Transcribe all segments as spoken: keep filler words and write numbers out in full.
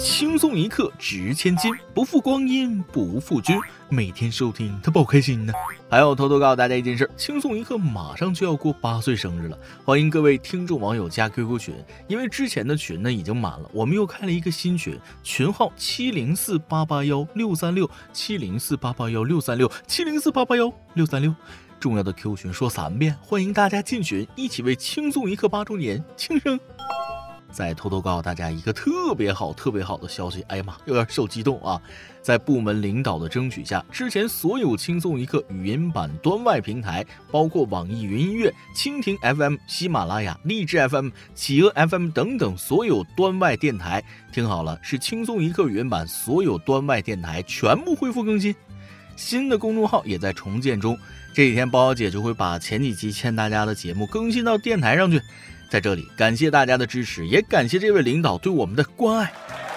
轻松一刻值千金，不负光阴不负君。每天收听他爆开心呢。还要偷偷告诉大家一件事，轻松一刻马上就要过八岁生日了，欢迎各位听众网友加 Q Q 群，因为之前的群呢已经满了，我们又开了一个新群，群号七零四八八幺六三六七零四八八幺六三六七零四八八幺六三六。重要的 Q 群说三遍，欢迎大家进群，一起为轻松一刻八周年庆生。再偷偷告诉大家一个特别好特别好的消息，哎呀妈，有点手激动啊！在部门领导的争取下，之前所有轻松一刻语音版端外平台，包括网易云音乐、蜻蜓 F M、喜马拉雅、荔枝 F M、企鹅 F M 等等所有端外电台，听好了，是轻松一刻语音版所有端外电台全部恢复更新。新的公众号也在重建中，这几天包小姐就会把前几期欠大家的节目更新到电台上去。在这里感谢大家的支持，也感谢这位领导对我们的关爱。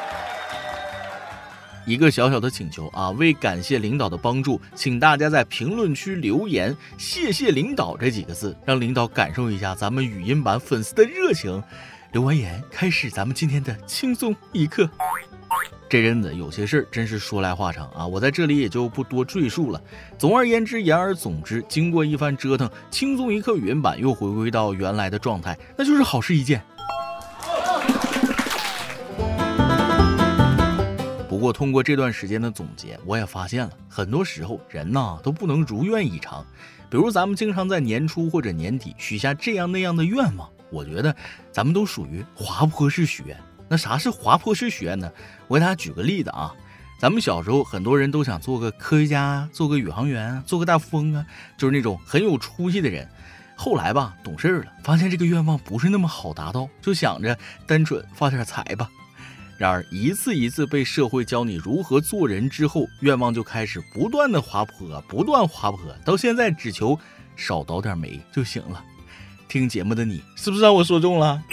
一个小小的请求啊，为感谢领导的帮助，请大家在评论区留言谢谢领导这几个字，让领导感受一下咱们语音版粉丝的热情。留完言开始咱们今天的轻松一刻。这阵子有些事儿真是说来话长啊，我在这里也就不多赘述了。总而言之，言而总之，经过一番折腾，轻松一刻语音版又回归到原来的状态，那就是好事一件。不过通过这段时间的总结，我也发现了很多时候人呐都不能如愿以偿。比如咱们经常在年初或者年底许下这样那样的愿望，我觉得咱们都属于滑坡式许愿。那啥是滑坡式许愿呢？我给大家举个例子啊，咱们小时候很多人都想做个科学家，做个宇航员，做个大富翁啊，就是那种很有出息的人。后来吧，懂事了，发现这个愿望不是那么好达到，就想着单纯发点财吧。然而一次一次被社会教你如何做人之后，愿望就开始不断的滑坡，不断滑坡，到现在只求少倒点霉就行了。听节目的你是不是让我说中了？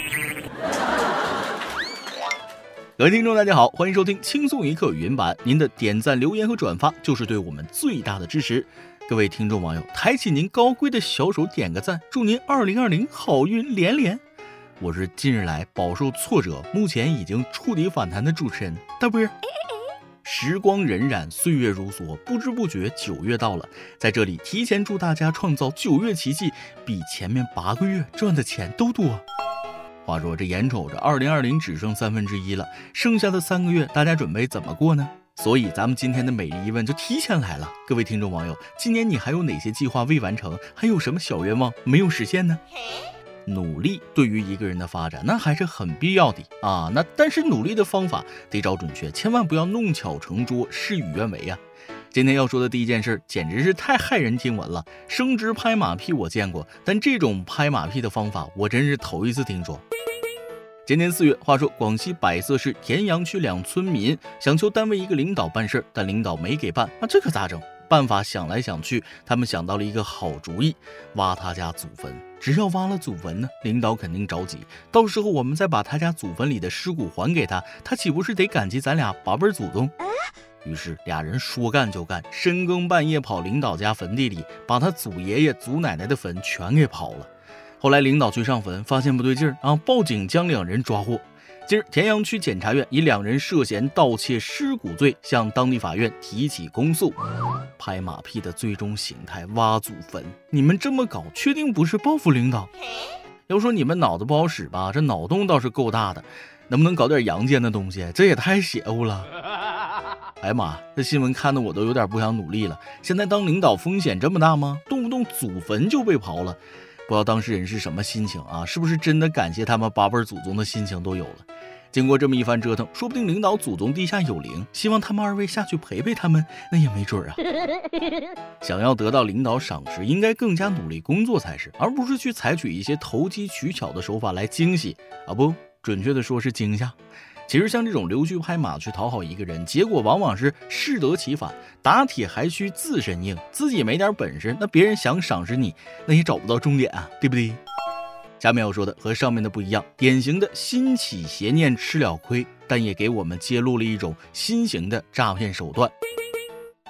各位听众大家好，欢迎收听轻松一刻语音版，您的点赞留言和转发就是对我们最大的支持。各位听众网友，抬起您高贵的小手点个赞，祝您二零二零好运连连。我是近日来饱受挫折，目前已经触底反弹的主持人大波。时光荏苒，岁月如梭，不知不觉九月到了，在这里提前祝大家创造九月奇迹，比前面八个月赚的钱都多。话说这眼瞅着二零二零只剩三分之一了，剩下的三个月大家准备怎么过呢？所以咱们今天的每日一问就提前来了，各位听众网友，今年你还有哪些计划未完成？还有什么小愿望没有实现呢？努力对于一个人的发展那还是很必要的啊，那但是努力的方法得找准确，千万不要弄巧成拙，事与愿违啊。今天要说的第一件事简直是太骇人听闻了，升职拍马屁我见过，但这种拍马屁的方法我真是头一次听说。今年四月，话说广西百色市田阳区两村民想求单位一个领导办事，但领导没给办，那这可咋整？办法想来想去，他们想到了一个好主意，挖他家祖坟。只要挖了祖坟呢，领导肯定着急，到时候我们再把他家祖坟里的尸骨还给他，他岂不是得感激咱俩八辈祖宗？于是俩人说干就干，深更半夜跑领导家坟地里，把他祖爷爷祖奶奶的坟全给刨了。后来领导去上坟，发现不对劲儿啊，报警将两人抓获。今日田阳区检察院以两人涉嫌盗窃尸骨罪向当地法院提起公诉。拍马屁的最终形态挖祖坟，你们这么搞确定不是报复领导？要说你们脑子不好使吧，这脑洞倒是够大的，能不能搞点阳间的东西？这也太邪乎了。哎呀妈，这新闻看得我都有点不想努力了。现在当领导风险这么大吗？动不动祖坟就被刨了，不知道当事人是什么心情啊？是不是真的感谢他们八辈祖宗的心情都有了？经过这么一番折腾，说不定领导祖宗地下有灵，希望他们二位下去陪陪他们，那也没准啊。想要得到领导赏识，应该更加努力工作才是，而不是去采取一些投机取巧的手法来惊喜啊，不准确的说是惊吓。其实像这种溜须拍马去讨好一个人，结果往往是适得其反，打铁还需自身硬，自己没点本事，那别人想赏识你，那也找不到终点啊，对不对？下面要说的和上面的不一样，典型的心起邪念吃了亏，但也给我们揭露了一种新型的诈骗手段。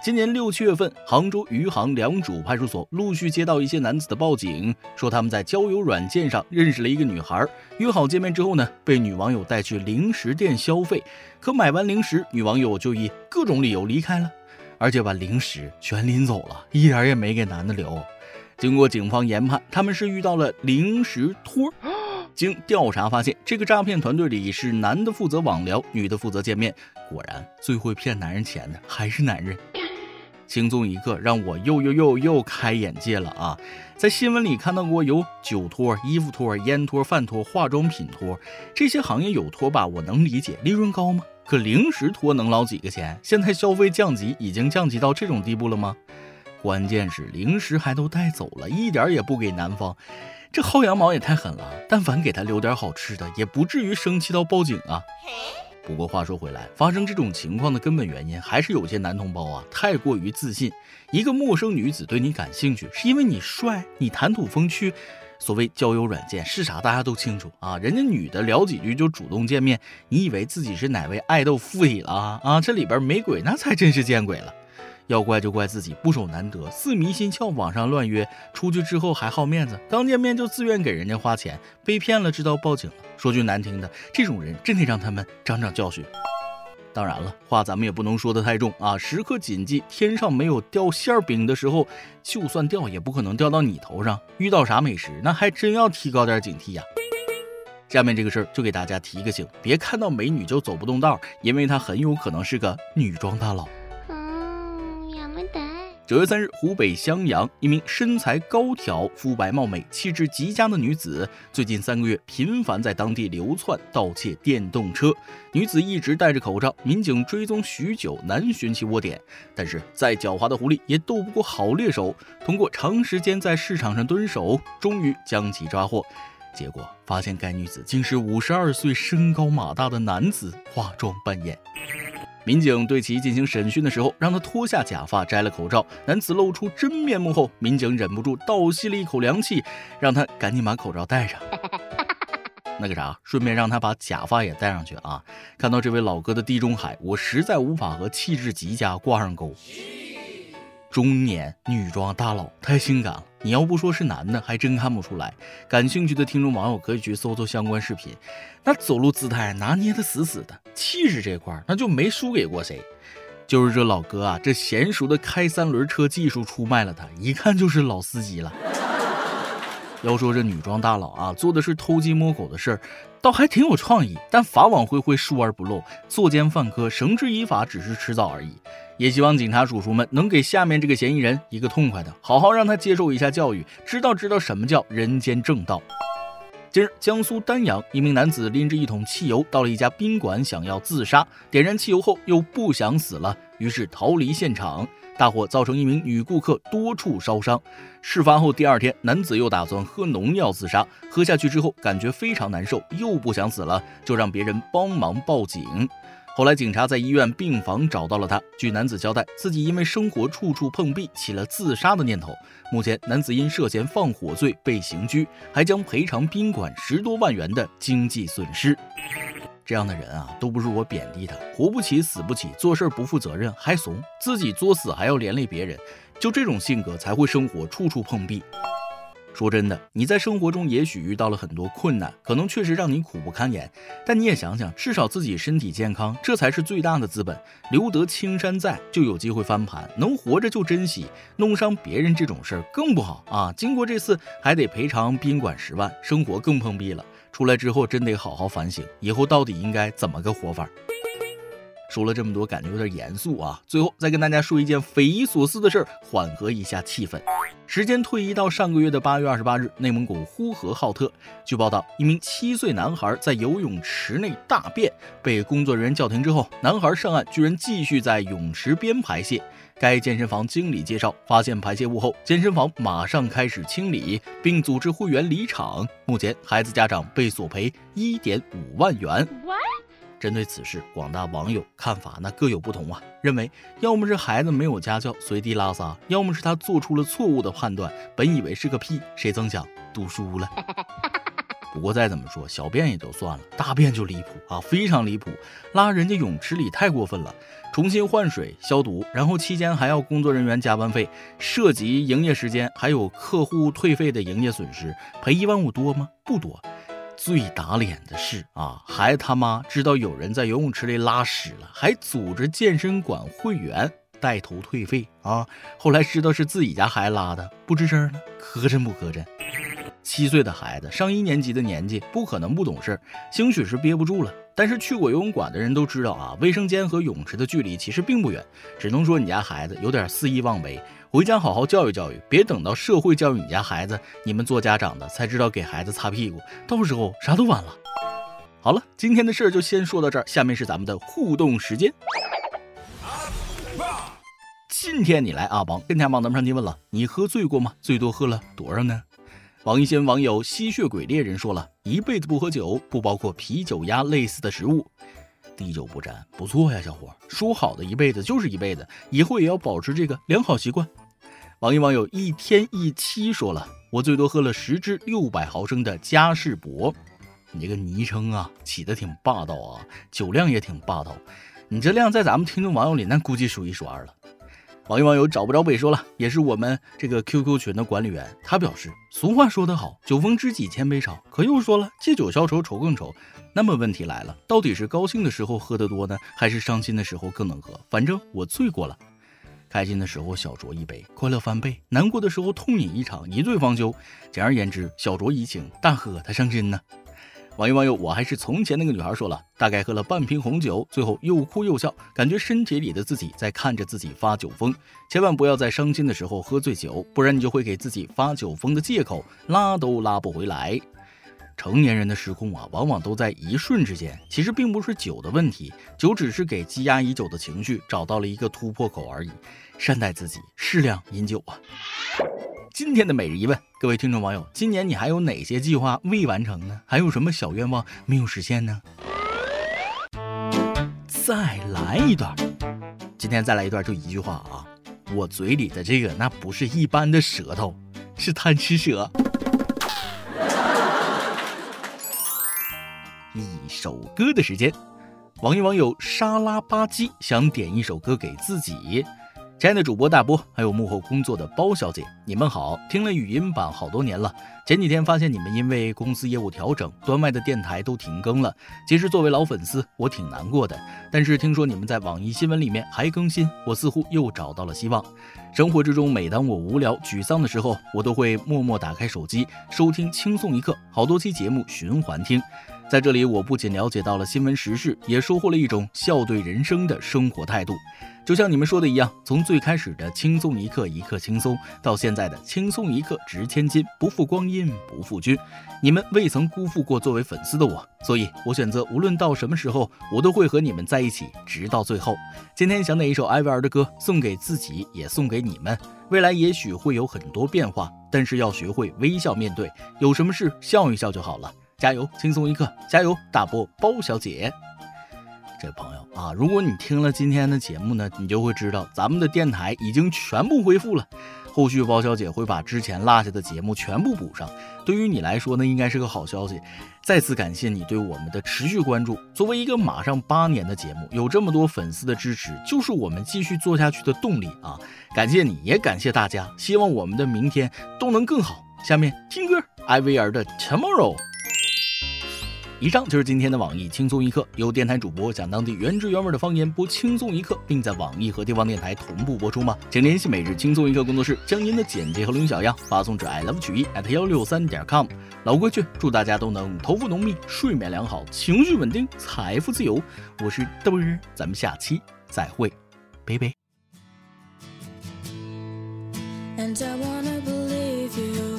今年六七月份，杭州余杭良渚派出所陆续接到一些男子的报警，说他们在交友软件上认识了一个女孩，约好见面之后呢，被女网友带去零食店消费，可买完零食，女网友就以各种理由离开了，而且把零食全拎走了，一点也没给男的留。经过警方研判，他们是遇到了零食托。经调查发现，这个诈骗团队里是男的负责网聊，女的负责见面。果然，最会骗男人钱的还是男人。轻松一刻让我又又又又开眼界了啊！在新闻里看到过有酒托、衣服托、烟托、饭托、化妆品托，这些行业有托吧，我能理解，利润高吗？可零食托能捞几个钱？现在消费降级已经降级到这种地步了吗？关键是零食还都带走了，一点也不给男方，这薅羊毛也太狠了。但凡给他留点好吃的，也不至于生气到报警啊。不过话说回来，发生这种情况的根本原因还是有些男同胞啊太过于自信。一个陌生女子对你感兴趣，是因为你帅，你谈吐风趣。所谓交友软件是啥大家都清楚啊，人家女的聊几句就主动见面，你以为自己是哪位爱豆附体了啊？啊，这里边没鬼那才真是见鬼了。要怪就怪自己不守难得，似迷心窍，网上乱约，出去之后还好面子，刚见面就自愿给人家花钱，被骗了知道报警了。说句难听的，这种人真得让他们长长教训。当然了，话咱们也不能说得太重啊，时刻谨记，天上没有掉馅饼的时候，就算掉也不可能掉到你头上。遇到啥美食，那还真要提高点警惕呀。下面这个事儿就给大家提个醒，别看到美女就走不动道，因为她很有可能是个女装大佬。九月三日，湖北襄阳，一名身材高挑、肤白貌美、气质极佳的女子，最近三个月频繁在当地流窜盗窃电动车。女子一直戴着口罩，民警追踪许久，难寻其窝点。但是再狡猾的狐狸也斗不过好猎手，通过长时间在市场上蹲守，终于将其抓获。结果发现该女子竟是五十二岁、身高马大的男子化妆扮演。民警对其进行审讯的时候，让他脱下假发，摘了口罩。男子露出真面目后，民警忍不住倒吸了一口凉气，让他赶紧把口罩戴上。那个啥，顺便让他把假发也戴上去啊！看到这位老哥的地中海，我实在无法和气质极佳挂上钩。中年女装大佬太性感了，你要不说是男的还真看不出来。感兴趣的听众网友可以去搜搜相关视频，那走路姿态拿捏得死死的，气质这块那就没输给过谁。就是这老哥啊，这娴熟的开三轮车技术出卖了他，一看就是老司机了。要说这女装大佬啊，做的是偷鸡摸狗的事儿，倒还挺有创意，但法网恢恢，疏而不漏，作奸犯科，绳之以法只是迟早而已。也希望警察叔叔们能给下面这个嫌疑人一个痛快的，好好让他接受一下教育，知道知道什么叫人间正道。近日，江苏丹阳一名男子拎着一桶汽油到了一家宾馆，想要自杀，点燃汽油后又不想死了，于是逃离现场。大火造成一名女顾客多处烧伤。事发后第二天，男子又打算喝农药自杀，喝下去之后感觉非常难受，又不想死了，就让别人帮忙报警。后来警察在医院病房找到了他，据男子交代，自己因为生活处处碰壁，起了自杀的念头。目前男子因涉嫌放火罪被刑拘，还将赔偿宾馆十多万元的经济损失。这样的人啊，都不是我贬低他，活不起死不起，做事不负责任，还怂，自己作死还要连累别人，就这种性格才会生活处处碰壁。说真的，你在生活中也许遇到了很多困难，可能确实让你苦不堪言，但你也想想，至少自己身体健康，这才是最大的资本。留得青山在，就有机会翻盘，能活着就珍惜，弄伤别人这种事儿更不好啊！经过这次，还得赔偿宾馆十万，生活更碰壁了。出来之后真得好好反省，以后到底应该怎么个活法。说了这么多，感觉有点严肃啊。最后再跟大家说一件匪夷所思的事儿，缓和一下气氛。时间退移到上个月的八月二十八日，内蒙古呼和浩特，据报道，一名七岁男孩在游泳池内大便，被工作人员叫停之后，男孩上岸居然继续在泳池边排泄。该健身房经理介绍，发现排泄物后，健身房马上开始清理，并组织会员离场。目前，孩子家长被索赔 一点五万元。针对此事，广大网友看法那各有不同啊，认为要么是孩子没有家教随地拉撒，要么是他做出了错误的判断，本以为是个屁，谁曾想读书了。 不过再怎么说，小便也就算了，大便就离谱啊，非常离谱，拉人家泳池里太过分了，重新换水消毒，然后期间还要工作人员加班费，涉及营业时间，还有客户退费的营业损失，赔一万五多吗？不多。最打脸的是啊，还他妈知道有人在游泳池里拉屎了，还组织健身馆会员带头退费啊！后来知道是自己家孩子拉的，不吱声呢，磕碜不磕碜？七岁的孩子，上一年级的年纪，不可能不懂事，兴许是憋不住了。但是去过游泳馆的人都知道啊，卫生间和泳池的距离其实并不远，只能说你家孩子有点肆意妄为，回家好好教育教育，别等到社会教育你家孩子，你们做家长的才知道给孩子擦屁股，到时候啥都晚了。好了，今天的事儿就先说到这儿，下面是咱们的互动时间。今天你来阿邦跟天榜咱们上提问了，你喝醉过吗？最多喝了多少呢？网易新闻网友吸血鬼猎人说了，一辈子不喝酒，不包括啤酒鸭类似的食物，滴酒不沾，不错呀，小伙，说好的一辈子就是一辈子，以后也要保持这个良好习惯。网易网友一天一期说了，我最多喝了十支六百毫升的嘉士伯。你这个昵称啊起得挺霸道啊，酒量也挺霸道，你这量在咱们听众网友里那估计数一数二了。网易网友找不着北说了，也是我们这个 Q Q 群的管理员，他表示，俗话说得好，酒逢知己千杯少，可又说了，借酒消愁愁更愁。那么问题来了，到底是高兴的时候喝得多呢，还是伤心的时候更能喝？反正我醉过了，开心的时候小酌一杯，快乐翻倍，难过的时候痛饮一场，一醉方休。简而言之，小酌怡情，大喝它伤身呢。网易网友我还是从前那个女孩说了，大概喝了半瓶红酒，最后又哭又笑，感觉身体里的自己在看着自己发酒疯。千万不要在伤心的时候喝醉酒，不然你就会给自己发酒疯的借口，拉都拉不回来。成年人的失控啊，往往都在一瞬之间，其实并不是酒的问题，酒只是给积压已久的情绪找到了一个突破口而已。善待自己，适量饮酒啊。今天的每日一问，各位听众网友，今年你还有哪些计划未完成呢？还有什么小愿望没有实现呢？再来一段，今天再来一段，就一句话啊，我嘴里的这个那不是一般的舌头，是贪吃蛇。一首歌的时间，网易网友沙拉吧唧想点一首歌给自己。亲爱的主播大波，还有幕后工作的包小姐，你们好，听了语音版好多年了，前几天发现你们因为公司业务调整，端外的电台都停更了。其实作为老粉丝，我挺难过的，但是听说你们在网易新闻里面还更新，我似乎又找到了希望。生活之中，每当我无聊沮丧的时候，我都会默默打开手机，收听轻松一刻，好多期节目循环听。在这里，我不仅了解到了新闻时事，也收获了一种笑对人生的生活态度。就像你们说的一样，从最开始的轻松一刻一刻轻松，到现在的轻松一刻值千金，不负光阴不负君，你们未曾辜负过作为粉丝的我，所以我选择无论到什么时候，我都会和你们在一起，直到最后。今天想哪一首艾薇儿的歌，送给自己，也送给你们。未来也许会有很多变化，但是要学会微笑面对，有什么事笑一笑就好了。加油，轻松一刻，加油，大波包小姐。这朋友啊，如果你听了今天的节目呢，你就会知道咱们的电台已经全部恢复了，后续包小姐会把之前落下的节目全部补上。对于你来说呢，应该是个好消息。再次感谢你对我们的持续关注，作为一个马上八年的节目，有这么多粉丝的支持，就是我们继续做下去的动力啊！感谢你，也感谢大家，希望我们的明天都能更好。下面听歌，艾薇儿的 Tomorrow。以上就是今天的网易轻松一刻，由电台主播讲当地原汁原味的方言播轻松一刻，并在网易和地方电台同步播出吗？请联系每日轻松一刻工作室，将您的简介和录音小样发送至 i love 曲艺 at 一六三点 com。老规矩，祝大家都能头发浓密，睡眠良好，情绪稳定，财富自由。我是嘚儿，咱们下期再会，拜拜。And I wanna believe you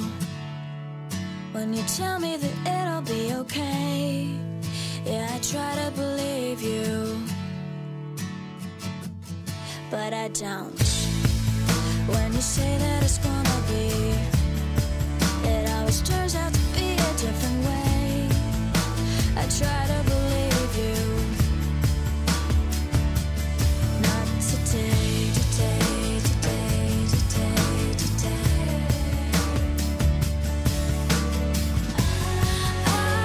when you tell me that it'll be okay. Yeah, I try to believe you, but I don't. When you say that it's gonna be, it always turns out to be a different way. I try to believe you, not today, today, today, today, today. I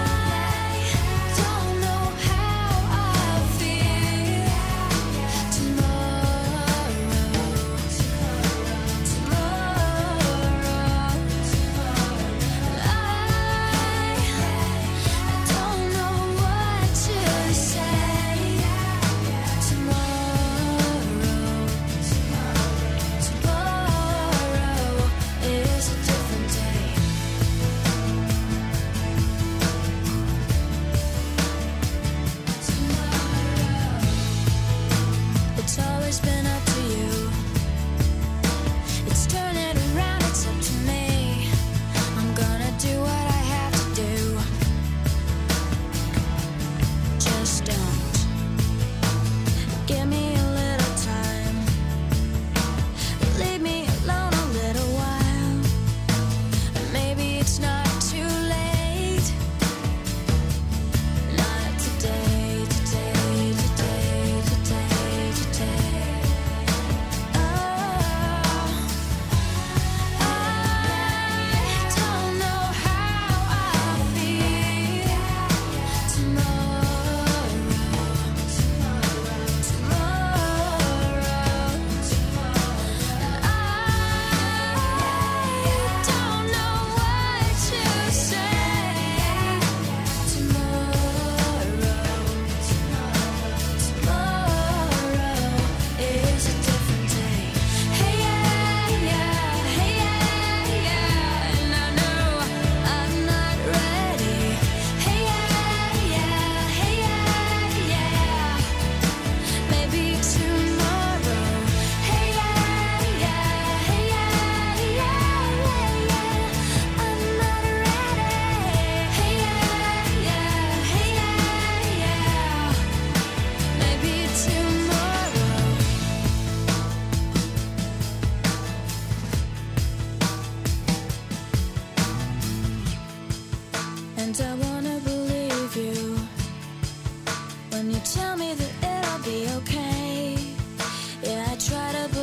tell me that it'll be okay. Yeah, I try to